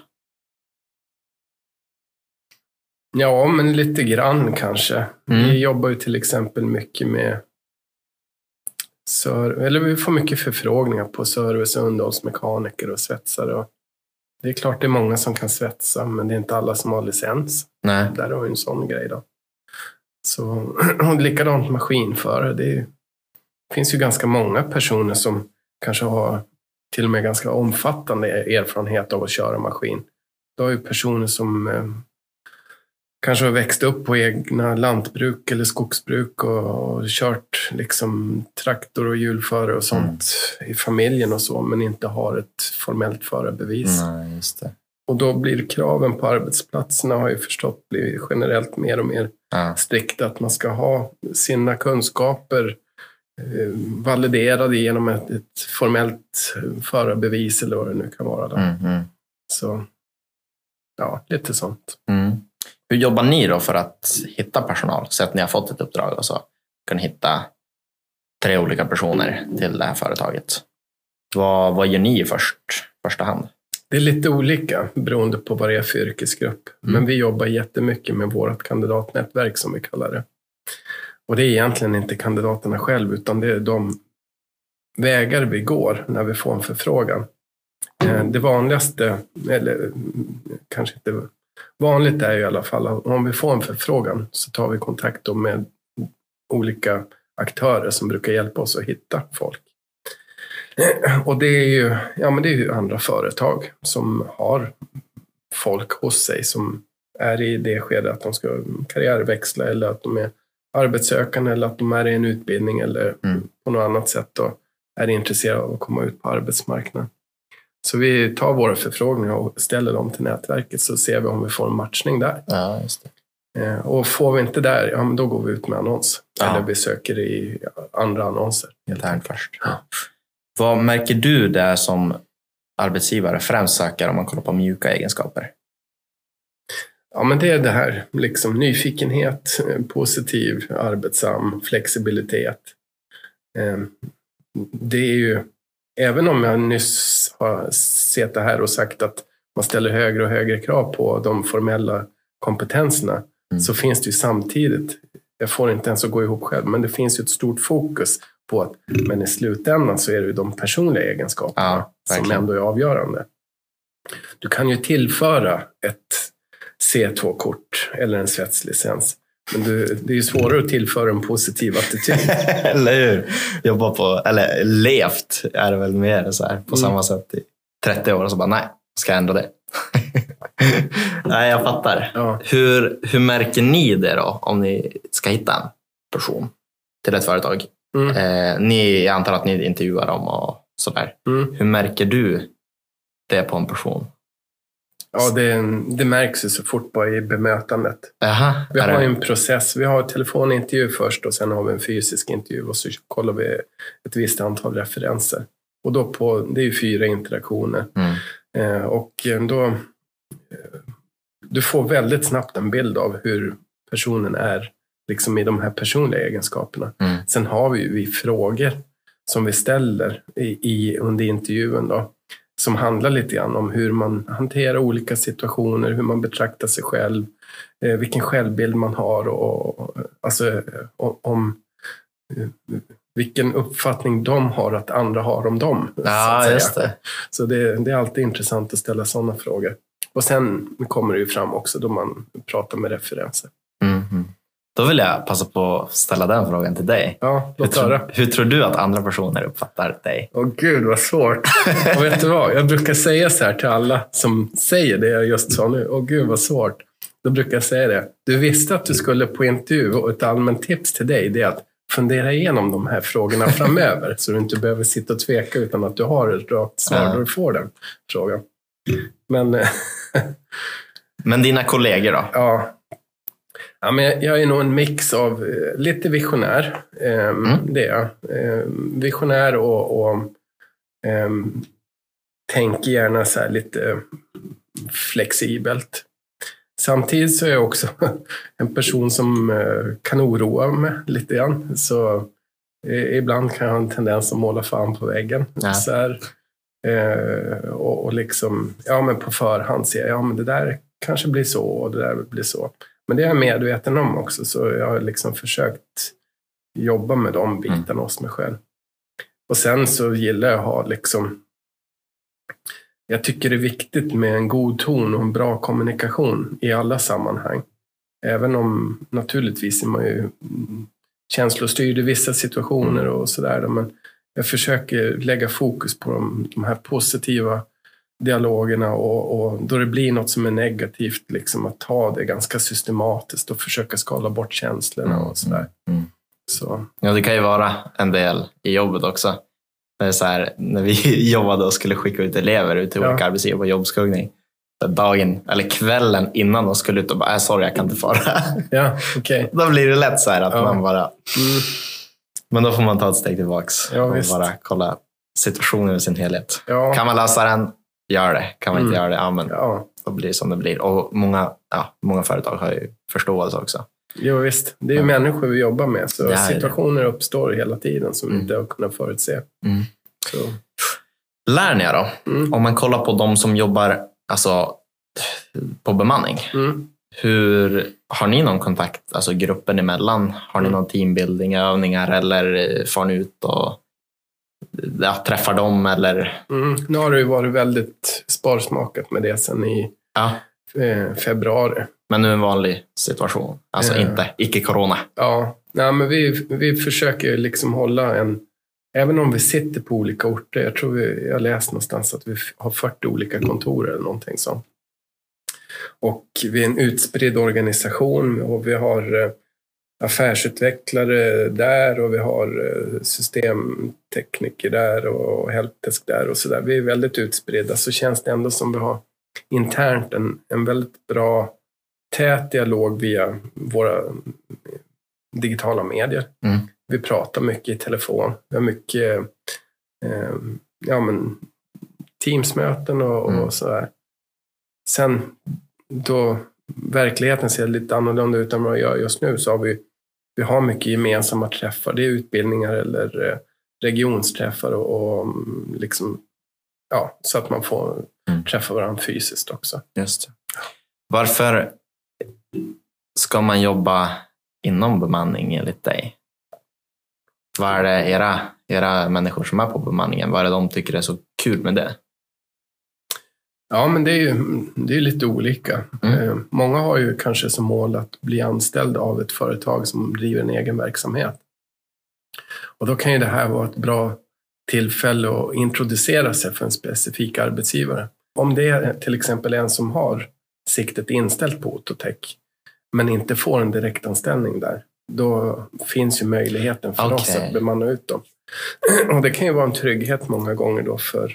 Ja, men lite grann kanske. Mm. Vi jobbar ju till exempel mycket med ser- eller vi får mycket förfrågningar på service- och underhållsmekaniker och svetsare. Och det är klart det är många som kan svetsa, men det är inte alla som har licens. Nej. Där har vi en sån grej då. Så, och likadant maskinförare. Det, är, det finns ju ganska många personer som kanske har till och med ganska omfattande erfarenhet av att köra maskin. Då har ju personer som eh, kanske har växt upp på egna lantbruk eller skogsbruk och, och kört liksom traktor och hjulförare och sånt mm. i familjen och så, men inte har ett formellt förarbevis. Nej, just det. Och då blir kraven på arbetsplatserna, har ju förstått, blir generellt mer och mer Ja. strikta, att man ska ha sina kunskaper eh, validerade genom ett, ett formellt förarbevis eller vad det nu kan vara. Då. Mm, mm. Så ja, lite sånt. Mm. Hur jobbar ni då för att hitta personal? Så att ni har fått ett uppdrag och så kan ni hitta tre olika personer till det här företaget. Vad, vad gör ni i först, första hand? Det är lite olika beroende på vad det är för yrkesgrupp. Mm. Men vi jobbar jättemycket med vårt kandidatnätverk som vi kallar det. Och det är egentligen inte kandidaterna själv utan det är de vägar vi går när vi får en förfrågan. Det vanligaste, eller kanske inte vanligt är i alla fall att om vi får en förfrågan så tar vi kontakt med olika aktörer som brukar hjälpa oss att hitta folk. Och det är ju, ja, men det är ju andra företag som har folk hos sig som är i det skedet att de ska karriärväxla eller att de är arbetssökande eller att de är i en utbildning eller mm. på något annat sätt då är intresserade av att komma ut på arbetsmarknaden. Så vi tar våra förfrågningar och ställer dem till nätverket så ser vi om vi får en matchning där. Ja, just det. Och får vi inte där, ja, men då går vi ut med annons. Ja. Eller vi söker i andra annonser. Internt först. Ja. Vad märker du där som arbetsgivare främst söker om man kollar på mjuka egenskaper? Ja, men det är det här. Liksom nyfikenhet, positiv, arbetsam, flexibilitet. Det är ju, även om jag nyss har sett det här och sagt att man ställer högre och högre krav på de formella kompetenserna mm. så finns det ju samtidigt, jag får inte ens att gå ihop själv, men det finns ju ett stort fokus på att, men i slutändan så är det ju de personliga egenskaperna ja, som ändå är avgörande. Du kan ju tillföra ett C två-kort eller en svetslicens, men du, det är ju svårare att tillföra en positiv attityd. Eller hur? Jobba på, eller levt är det väl mer så här, på mm. samma sätt i trettio år och så bara, nej, ska jag ändra det? Nej, jag fattar. Ja. Hur, hur märker ni det då om ni ska hitta en person till ett företag? Mm. Eh, ni, jag antar att ni intervjuar dem och sådär. Mm. Hur märker du det på en person? Ja, det, det märks ju så fort bara i bemötandet. Aha, vi har det? en process. Vi har telefonintervju först och sen har vi en fysisk intervju och så kollar vi ett visst antal referenser. Och då på, det är ju fyra interaktioner. Mm. Eh, och då eh, du får väldigt snabbt en bild av hur personen är liksom i de här personliga egenskaperna. Mm. Sen har vi ju vi frågor som vi ställer i, i, under intervjun då, som handlar lite grann om hur man hanterar olika situationer, hur man betraktar sig själv, eh, vilken självbild man har och, och alltså om eh, vilken uppfattning de har att andra har om dem. Ja, så just det. Så det, det är alltid intressant att ställa sådana frågor. Och sen kommer det ju fram också då man pratar med referenser. Mm-hmm. Då vill jag passa på att ställa den frågan till dig. Ja, hur, tro, hur tror du att andra personer uppfattar dig? Åh gud, vad svårt. Och vet du vad? Jag brukar säga så här till alla som säger det jag just sa nu. Åh gud, vad svårt. Då brukar jag säga det. Du visste att du skulle på intervju och ett allmänt tips till dig det är att fundera igenom de här frågorna framöver. Så du inte behöver sitta och tveka utan att du har ett rakt svar ja. Då du får den frågan. Men, Men dina kollegor då? Ja. Ja, men jag är nog en mix av eh, lite visionär, eh, mm. det är jag. Eh, visionär och, och eh, tänker gärna så här lite flexibelt. Samtidigt så är jag också en person som eh, kan oroa mig lite grann. Så eh, ibland kan jag ha en tendens att måla fan på väggen. Ja. Så här, eh, och, och liksom, ja men på förhand ser jag, ja men det där kanske blir så och det där blir så. Men det är jag medveten om också, så jag har liksom försökt jobba med de bitarna mm. hos mig själv. Och sen så gillar jag att ha liksom, jag tycker det är viktigt med en god ton och en bra kommunikation i alla sammanhang. Även om naturligtvis är man ju känslostyrd i vissa situationer och sådär. Men jag försöker lägga fokus på de, de här positiva dialogerna och, och då det blir något som är negativt liksom att ta det ganska systematiskt och försöka skala bort känslorna och sådär. Mm, mm. Så. Ja, det kan ju vara en del i jobbet också. Det är så här, när vi jobbade och skulle skicka ut elever ut till ja. olika arbetsgivare på jobbskuggning. Dagen eller kvällen innan de skulle ut och bara, äh, sorry jag kan inte fara. Ja, okay. Då blir det lätt så här att ja. man bara... Mm. Men då får man ta ett steg tillbaks ja, och visst. bara kolla situationen i sin helhet. Ja. Kan man lösa den? Gör det. Kan man inte mm. göra det? Ja, men ja. då blir det som det blir. Och många, ja, många företag har ju förståelse också. Jo visst, det är ju ja. människor vi jobbar med. Så situationer uppstår hela tiden som mm. vi inte har kunnat förutse. Mm. Så. Lernia då? Mm. Om man kollar på de som jobbar alltså, på bemanning. Mm. Hur, har ni någon kontakt, alltså gruppen emellan? Har ni någon teambuilding, övningar eller får ni ut och ja, träffar dem? Eller? Mm. Nu har det ju varit väldigt sparsmakat med det sedan i ja. eh, februari. Men nu en vanlig situation, alltså eh. inte, icke-corona. Ja, nej, men vi, vi försöker liksom hålla en, även om vi sitter på olika orter, jag tror vi, jag läst någonstans att vi har fyrtio olika kontor eller någonting sånt. Och vi är en utspridd organisation och vi har affärsutvecklare där och vi har systemtekniker där och helpdesk där och sådär. Vi är väldigt utspridda, så känns det ändå som vi har internt en, en väldigt bra tät dialog via våra digitala medier. Mm. Vi pratar mycket i telefon. Vi har mycket eh, ja, men, Teamsmöten och, mm. och sådär. Sen då verkligheten ser lite annorlunda ut än vad jag gör just nu, så har vi, vi har mycket gemensamma träffar. Det är utbildningar eller eh, regionsträffar och, och liksom, ja, så att man får mm. träffa varandra fysiskt också. Just det. Varför ska man jobba inom bemanning enligt dig? Vad är det era, era människor som är på bemanningen, vad är det de tycker är så kul med det? Ja, men det är ju det är lite olika. Mm. Eh, många har ju kanske som mål att bli anställd av ett företag som driver en egen verksamhet. Och då kan ju det här vara ett bra tillfälle att introducera sig för en specifik arbetsgivare. Om det är till exempel en som har siktet inställt på Outotec men inte får en direktanställning där, då finns ju möjligheten för okay. oss att bemanna ut dem. Och det kan ju vara en trygghet många gånger då för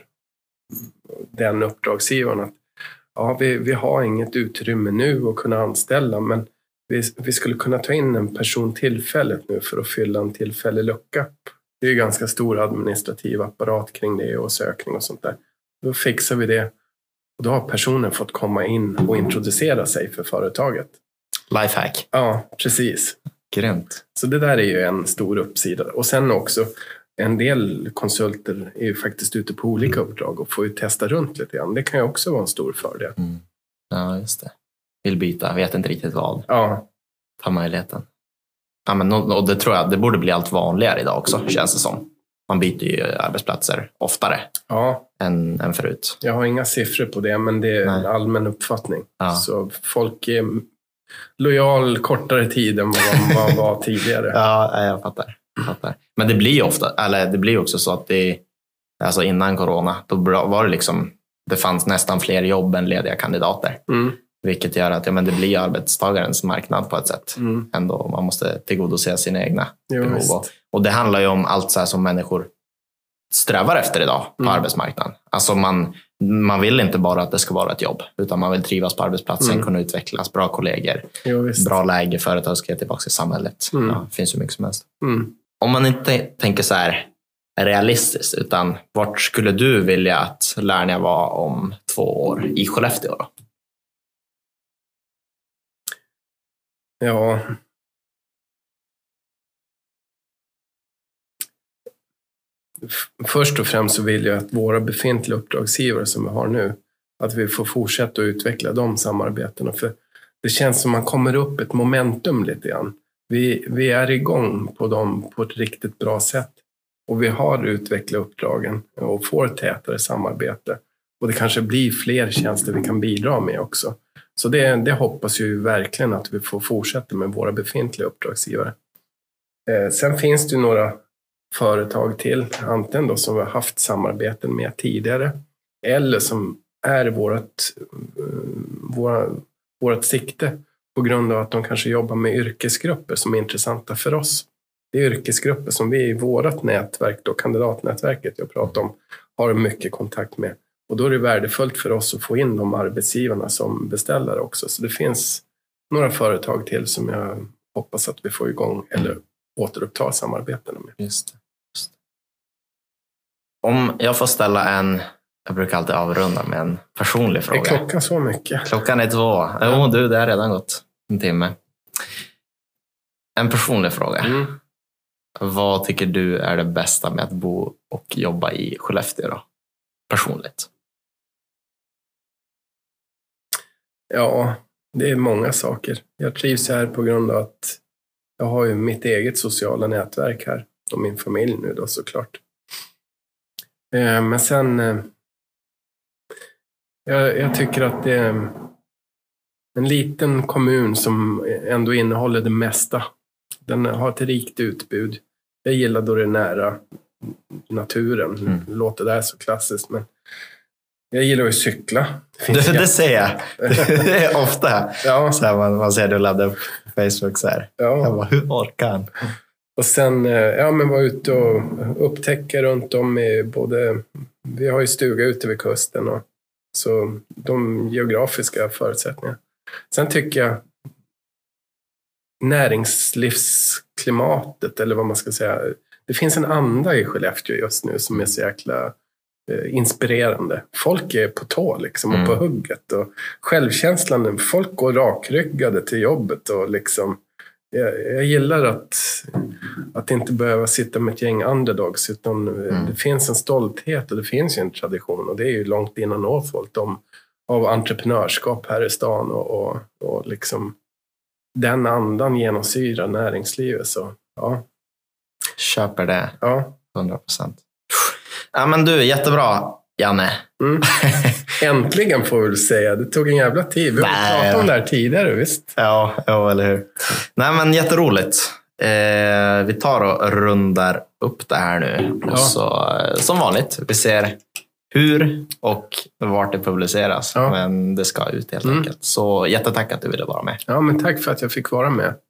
den uppdragsgivaren att ja, vi, vi har inget utrymme nu att kunna anställa, men vi, vi skulle kunna ta in en person tillfälligt nu för att fylla en tillfällig lucka. Det är ju ganska stor administrativ apparat kring det och sökning och sånt där. Då fixar vi det och då har personen fått komma in och introducera sig för företaget. Lifehack. Ja, precis. Grymt. Så det där är ju en stor uppsida. Och sen också, en del konsulter är ju faktiskt ute på olika uppdrag och får ju testa runt lite grann. Det kan ju också vara en stor fördel. Mm. Ja, just det. Vill byta, vet inte riktigt vad. Ja. Ta möjligheten. Ja, men, och det tror jag, det borde bli allt vanligare idag också, känns det som. Man byter ju arbetsplatser oftare ja. än, än förut. Jag har inga siffror på det, men det är Nej. en allmän uppfattning. Ja. Så folk är lojal kortare tid än vad man var tidigare. Ja, jag fattar. jag fattar. Men det blir ju ofta, eller det blir också så att det, alltså innan corona, då var det liksom, det fanns nästan fler jobb än lediga kandidater. Mm. Vilket gör att ja, men det blir arbetstagarens marknad på ett sätt. Mm. Ändå man måste tillgodose sina egna jo, behov. Och, och det handlar ju om allt så här som människor strävar efter idag på mm. arbetsmarknaden. Alltså man, man vill inte bara att det ska vara ett jobb, utan man vill trivas på arbetsplatsen, mm. kunna utvecklas, bra kollegor, jo, bra läge, företag ska tillbaka i samhället. Mm. Ja, det finns ju mycket som helst. Mm. Om man inte tänker så här realistiskt, utan vart skulle du vilja att Lernia var om två år i Skellefteå då? Ja. Först och främst så vill jag att våra befintliga uppdragsgivare som vi har nu, att vi får fortsätta att utveckla de samarbetena. För det känns som man kommer upp ett momentum lite grann. Vi, vi är igång på dem på ett riktigt bra sätt. Och vi har utvecklat uppdragen och får tätare samarbete. Och det kanske blir fler tjänster vi kan bidra med också. Så det, det hoppas jag ju verkligen att vi får fortsätta med våra befintliga uppdragsgivare. Eh, sen finns det ju några företag till, antingen då som vi har haft samarbeten med tidigare eller som är vårt, våra, vårt sikte på grund av att de kanske jobbar med yrkesgrupper som är intressanta för oss. Det är yrkesgrupper som vi i vårt nätverk, då, kandidatnätverket jag pratar om, har mycket kontakt med. Och då är det värdefullt för oss att få in de arbetsgivarna som beställare också. Så det finns några företag till som jag hoppas att vi får igång eller återuppta samarbetena med. Just det. Just det. Om jag får ställa en, jag brukar alltid avrunda med en personlig fråga. Är klockan så mycket? Klockan är två. Ja. Jo, du, det har redan gått en timme. En personlig fråga. Mm. Vad tycker du är det bästa med att bo och jobba i Skellefteå då? personligt? Ja, det är många saker. Jag trivs här på grund av att jag har ju mitt eget sociala nätverk här. Och min familj nu då såklart. Eh, men sen... Eh, jag, jag tycker att det är en liten kommun som ändå innehåller det mesta. Den har ett rikt utbud. Jag gillar då det är nära naturen. Mm. Det låter där så klassiskt, men jag gillar att cykla. Det, det, det ser jag. Det är ofta. Ja. Så här, man, man ser du laddar upp Facebook så här. Ja. Jag bara, hur orkar han? Och sen ja, men vara ute och upptäcka runt om i både... Vi har ju stuga ute vid kusten. Och, så de geografiska förutsättningarna. Sen tycker jag näringslivsklimatet, eller vad man ska säga. Det finns en anda i Skellefteå just nu som är så jäkla eh, inspirerande. Folk är på tå liksom, och mm. på hugget. Och självkänslan, folk går rakryggade till jobbet. Och liksom, jag, jag gillar att, att inte behöva sitta med ett gäng underdogs. Utan mm. det finns en stolthet och det finns en tradition. Och det är ju långt innan Northvolt om, av entreprenörskap här i stan. Och, och, och liksom den andan genomsyrar näringslivet. Så ja. Köper det. Ja. hundra procent. Ja, men du, jättebra, Janne. Mm. Äntligen får vi väl säga. Det tog en jävla tid. Vi har pratat om det här tidigare, visst? Ja, ja, eller hur. Nej, men jätteroligt. Eh, vi tar och rundar upp det här nu. Ja. Och så, som vanligt, vi ser hur och vart det publiceras. Ja. Men det ska ut helt mm. enkelt. Så jättetack att du ville vara med. Ja, men tack för att jag fick vara med.